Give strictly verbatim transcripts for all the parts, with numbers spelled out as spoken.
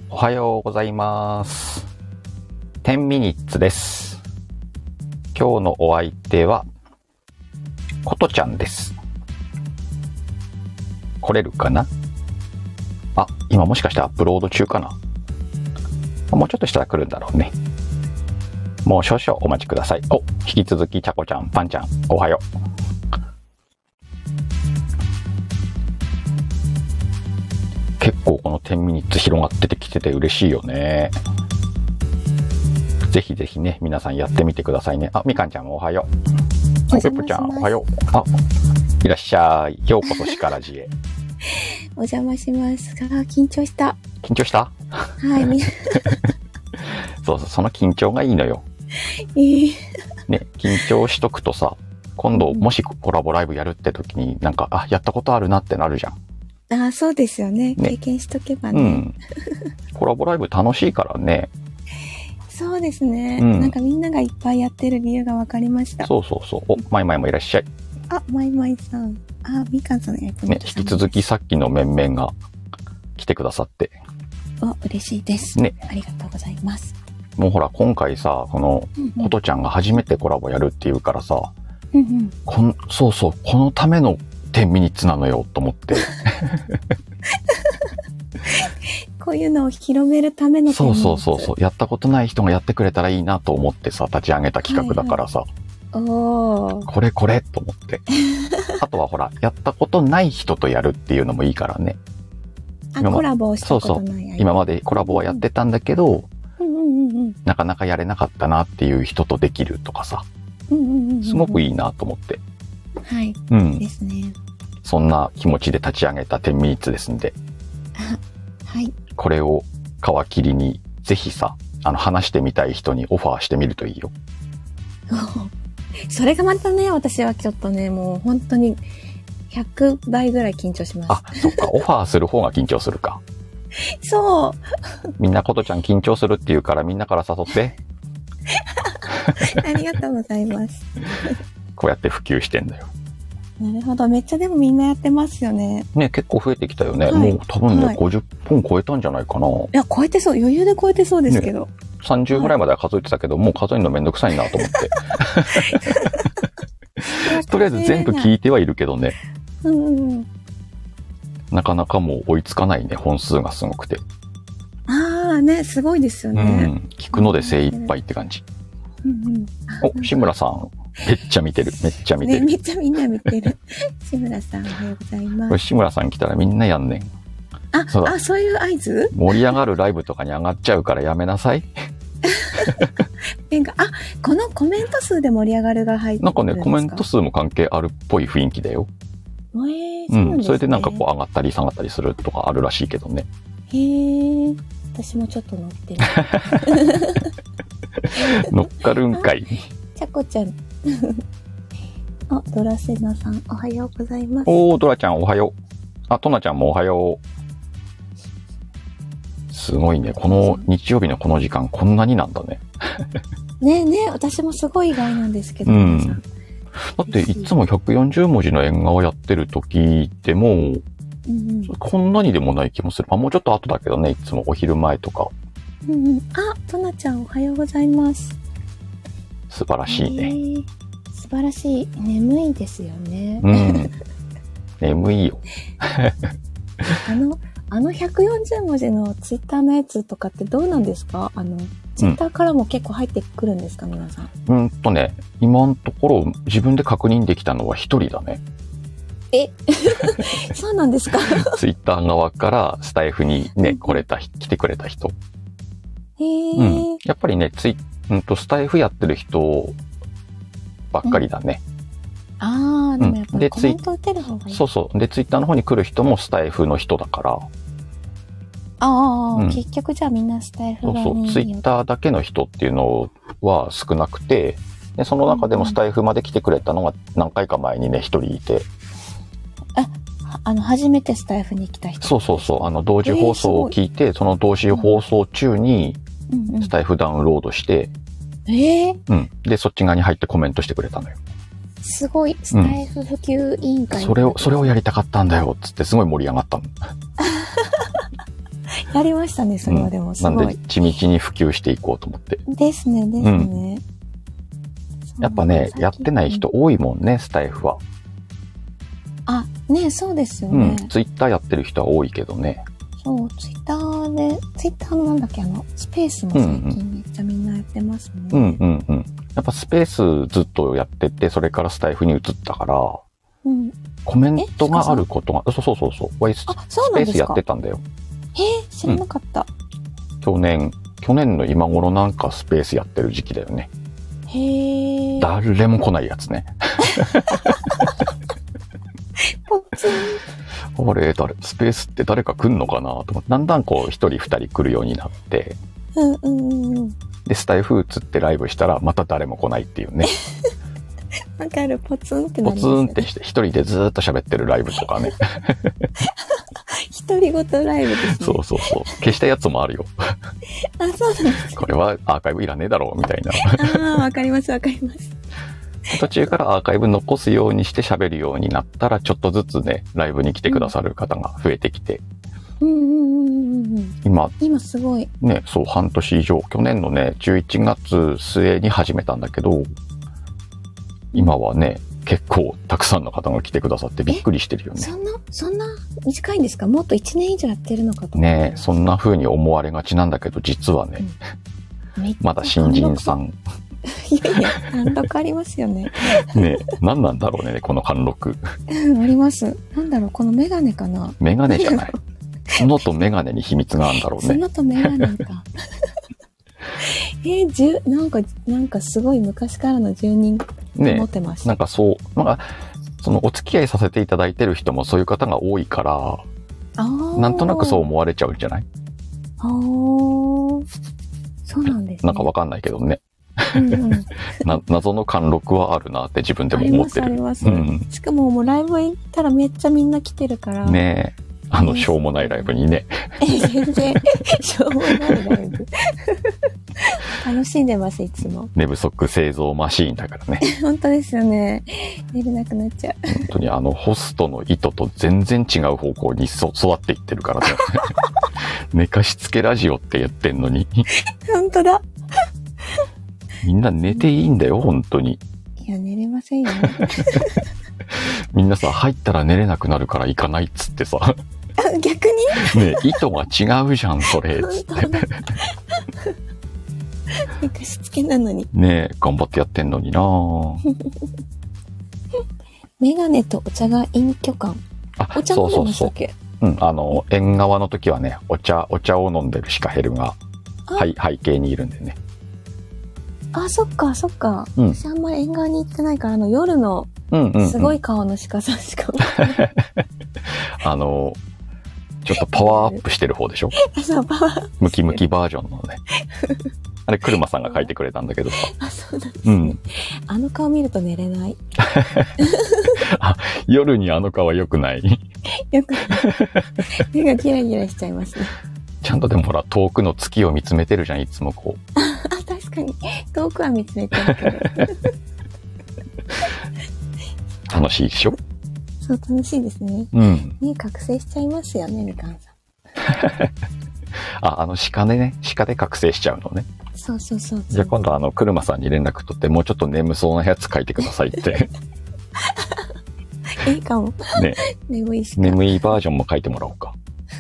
おはようございます。じゅうミニッツです。今日のお相手はことちゃんです。来れるかなあ、今もしかしてアップロード中かな。もうちょっとしたら来るんだろうね。もう少々お待ちください。お、引き続きちゃこちゃん、パンちゃん、おはよう。結構このじゅうミニッツ広がっててきてて嬉しいよね。ぜひぜひね、皆さんやってみてくださいね。あ、みかんちゃんもおはよう。はい、ペップちゃんおはよう。あ、いらっしゃい。ようこそしからじへ。 お邪魔します。あ、緊張した。 緊張した？ はい。 そうそう、その緊張がいいのよ。 えー、 ね、緊張しとくとさ、今度もしコラボライブやるって時になんか、あ、やったことあるなってなるじゃん。 あ、そうですよね。 ね、 経験しとけばね。 うん。コラボライブ楽しいからね。 そうですね、うん。なんかみんながいっぱいやってる理由が分かりました。 そうそうそう。お、まいまいもいらっしゃい。 あ、まいまいさん。あ、みかんさんの役ね、引き続きさっきの面々が来てくださって。 お、嬉しいです。ね。ありがとうございます。 もうほら、今回さ、この、ことちゃんが初めてコラボやるっていうからさ、うんうん、こんそうそう、このためのじゅうミニッツなのよ、と思って。 こういうのを広めるためのそうそうそうそう、やったことない人がやってくれたらいいなと思ってさ、立ち上げた企画だからさ。 はいはい、おこれこれと思って。あとはほら、やったことない人とやるっていうのもいいからね。 あ、コラボをしたことない。 そうそう。今までコラボはやってたんだけど、うんうんうんうん、なかなかやれなかったなっていう人とできるとかさ。うんうんうんうん、すごくいいなと思って。 はい。 うん。 ですね。 そんな気持ちで立ち上げたじゅうミニッツですんで。 はい。 これを皮切りに、ぜひさ、あの、話してみたい人にオファーしてみるといいよ。 それがまたね、私はちょっとね、もう本当にひゃくばいぐらい緊張します。 あ、そっか、オファーする方が緊張するか。 そう。 みんなことちゃん緊張するって言うからみんなから誘って。 ありがとうございます。 こうやって普及してんだよ。 なるほど。めっちゃでもみんなやってますよね。 ね、結構増えてきたよね。はい、もう多分ね、はい、ごじゅっぽん超えたんじゃないかな。いや、超えてそう。余裕で超えてそうですけど。ね、 さんじゅうぐらいまでは数えてたけど、はい、もう数えるのめんどくさいなと思って。とりあえず全部聞いてはいるけどね。うんうん、なかなかもう追いつかないね。本数がすごくて。 ああね、すごいですよね。うん、 聞くので精一杯って感じ。うんうん、お、志村さん。めっちゃ見てる。めっちゃ見てる。 ね、めっちゃみんな見てる。志村さん、おはようございます。 これ志村さん来たらみんなやんねん。 あ、そうあ、そういう合図？ 盛り上がるライブとかに上がっちゃうからやめなさい。 なんか、あ、このコメント数で盛り上がるが入ってるんですか？ なんかね、コメント数も関係あるっぽい雰囲気だよ。 えー、そうなんですね。 うん。それでなんかこう上がったり下がったりするとかあるらしいけどね。 へえ。私もちょっと乗ってる。 乗っかるんかい。 ちゃこちゃん。あ、ドラセナさん、おはようございます。 おー、ドラちゃんおはよう。あ、トナちゃんもおはよう。すごいね。この日曜日のこの時間、こんなになんだね。 ねえねえ、私もすごい意外なんですけど。 うん。だっていつもひゃくよんじゅうもじの縁側やってる時でも、うんうん、こんなにでもない気もする。あ、もうちょっと後だけどね、いつもお昼前とか。 うんうん。あ、トナちゃんおはようございます。 素晴らしいね。 えー、素晴らしい。眠いですよね。 うん。眠いよ。 あの、あのひゃくよんじゅうもじのツイッターのやつとかってどうなんですか？あの、ツイッターからも結構入ってくるんですか、うん、皆さん。 うんとね、今のところ自分で確認できたのは一人だね。 えそうなんですか？ ツイッター側からスタイフにね、来れた、来てくれた人。 へー。 うん。やっぱりね、ツイうんと、スタイフやってる人ばっかりだね。 うん、ああ、でもやっぱりコメント打てる方がいい。 そうそう。で、ツイッターの方に来る人もスタイフの人だから。 ああ、うん、結局じゃあみんなスタイフ側に。 そうそう。ツイッターだけの人っていうのは少なくて、でその中でもスタイフまで来てくれたのが何回か前にね、一人いて。 あ、あの、初めてスタイフに来た人。 そうそうそう。あの、同時放送を聞いて、えー、その同時放送中に、スタイフダウンロードして、 えー、 うん。で、そっち側に入ってコメントしてくれたのよ。 すごい、スタイフ普及委員会、 うん。それを、それをやりたかったんだよ、つってすごい盛り上がったの。 やりましたね、それはでもすごい。 うん、なんで、地道に普及していこうと思って。 ですね、ですね。 うん、やっぱね、やってない人多いもんね、スタイフは。 あ、ね、そうですよね。 うん、ツイッターやってる人は多いけどね。 そう、ツイッターで、ツイッターのなんだっけ、あの、スペースも最近めっちゃみんなやってますね。 うんうんうん。やっぱスペースずっとやってて、それからスタイフに移ったから、うん、コメントがあることが、そうそうそうそう、スペースやってたんだよ。 へえ、知らなかった、 うん。去年、去年の今頃なんかスペースやってる時期だよね。 へえ。 誰も来ないやつね。 ポツン。 あれ、誰、スペースって誰か来んのかなと思って、だんだんこう一人二人来るようになって、 うんうんうん。 で、スタイフ移ってライブしたらまた誰も来ないっていうね。 わかる、ポツンってなりますね。ポツンってして一人でずーっと喋ってるライブとかね。 独り言ライブですね。 そうそうそう。消したやつもあるよ。 あ、そうなんです。 これはアーカイブいらねえだろうみたいな。 ああ、わかりますわかります。 途中からアーカイブ残すようにして喋るようになったら、ちょっとずつね、ライブに来てくださる方が増えてきて。 うんうんうんうんうん。 今、 今すごい。 ね、そう、半年以上、去年のね、じゅういちがつ末に始めたんだけど、今はね、結構たくさんの方が来てくださってびっくりしてるよね。 そんな、そんな短いんですか？もっといちねん以上やってるのかと思って。 ね、そんな風に思われがちなんだけど、実はね、うん、まだ新人さん。 いやいや、貫禄ありますよね。 ねえ、何なんだろうね、この貫禄。 うん、あります。なんだろう、このメガネかな。 メガネじゃない。角とメガネに秘密があるんだろうね。 角とメガネか。えー、じゅなんか、なんかすごい昔からの住人持ってました。 ね、なんかそう、なんか、そのお付き合いさせていただいてる人もそういう方が多いから、あなんとなくそう思われちゃうんじゃない？ ああ、そうなんですね。 なんかわかんないけどね。うんうん、な謎の貫禄はあるなって自分でも思ってる。 ありますあります、うん、しかももうライブ行ったらめっちゃみんな来てるから。 ねえ。あの、しょうもないライブにね。 全然、しょうもないライブ。楽しんでます、いつも。 寝不足製造マシーンだからね。 本当ですよね。寝れなくなっちゃう。 本当にあの、ホストの意図と全然違う方向にそ育っていってるからね。寝かしつけラジオって言ってんのに。 本当だ。 みんな寝ていいんだよ、本当に。 いや、寝れませんよ。 みんなさ、入ったら寝れなくなるから行かないっつってさ。 逆にねえ、意図が違うじゃん、それ、つって。 寝かしつけなのに。 ねえ、頑張ってやってんのになメガネとお茶が隠居感。あ、お茶飲んでましたっけ？ そうそうそう。うん、あの、縁側の時はね、お茶、お茶を飲んでるシカヘルが、はい、背景にいるんでね。 あ、そっか、そっか。うん、私あんまり縁側に行ってないから、あの、夜の、すごい顔の鹿さんしか、うんうんうん、 あの、ちょっとパワーアップしてる方でしょ？ そう、パワーアップ。 ムキムキバージョンのね。あれ、車さんが書いてくれたんだけどさ。 あ、そうなんですね。うん。あの顔見ると寝れない。 あ、夜にあの顔は良くない。 よくない。目がギラギラしちゃいますね。 ちゃんとでもほら、遠くの月を見つめてるじゃん、いつもこう。 あ、確かに。遠くは見つめてるけど。 楽しいでしょ？ そう、楽しいですね。うん。ね、覚醒しちゃいますよね、みかんさん。 あ、あの鹿でね、鹿で覚醒しちゃうのね。 そうそうそうそう。 じゃあ今度あの、車さんに連絡取って、もうちょっと眠そうなやつ書いてくださいって。 いいかも。 ね。 眠いし。 眠いバージョンも書いてもらおうか。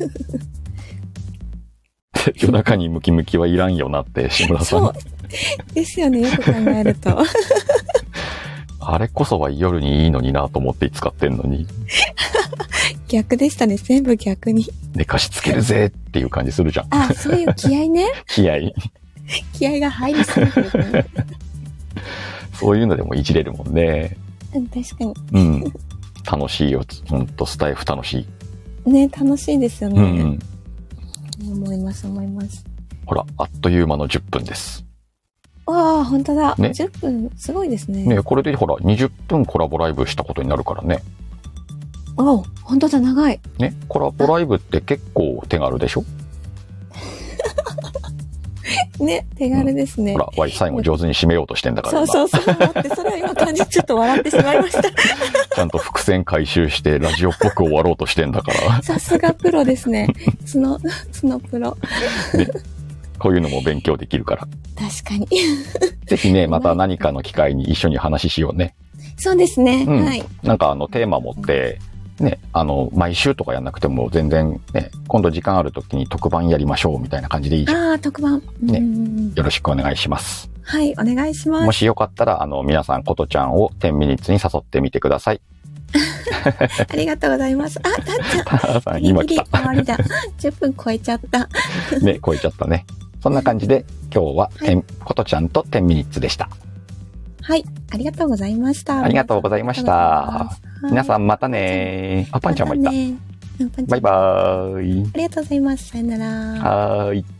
夜中にムキムキはいらんよなって、志村さん。 そう。ですよね、よく考えると。 あれこそは夜にいいのになと思って使ってんのに。 逆でしたね、全部逆に。 寝かしつけるぜっていう感じするじゃん。 あ、そういう気合ね。 気合。 気合が入りすぎてる、ね。 そういうのでもいじれるもんね。 うん、確かに。 うん。楽しいよ。ほんと、スタイフ楽しい。ね、楽しいですよね。 うんうん。思います、思います。 ほら、あっという間のじゅっぷんです。 わあ、ほんとだ。ね、じゅっぷん、すごいですね。 ね、これでほら、にじゅっぷんコラボライブしたことになるからね。 おう、ほんとだ、長い。 ね、コラボライブって結構手軽でしょ？ ね、手軽ですね。 うん、ほら、わい最後上手に締めようとしてんだから。 そうそうそう、待って、それは今感じでちょっと笑ってしまいました。 ちゃんと伏線回収してラジオっぽく終わろうとしてんだから。 さすがプロですね。角、角プロ。 ね、こういうのも勉強できるから。 確かに。 ぜひね、また何かの機会に一緒に話しようね。 そうですね。 うん、 はい。 なんかあのテーマ持って、ね、あの、毎週とかやんなくても全然ね、今度時間ある時に特番やりましょうみたいな感じでいいじゃん。 ああ、特番。 ね、 うんよろしくお願いします。 はい、お願いします。 もしよかったら、あの、皆さん、ことちゃんをじゅうミニッツに誘ってみてください。 ありがとうござあ、たっちゃん。 たーさん、今来た。 終わりだ。じゅっぷん超えちゃった。 ね、超えちゃったね。そんな感じで、今日は、 はい、 ことちゃんとじゅうミニッツでした。 はい。ありがとうございました。 ありがとうございました。皆さんまたね。あ、パンちゃんもいた。 またね。 バイバーイ。 ありがとうございます。さよなら。 はーい。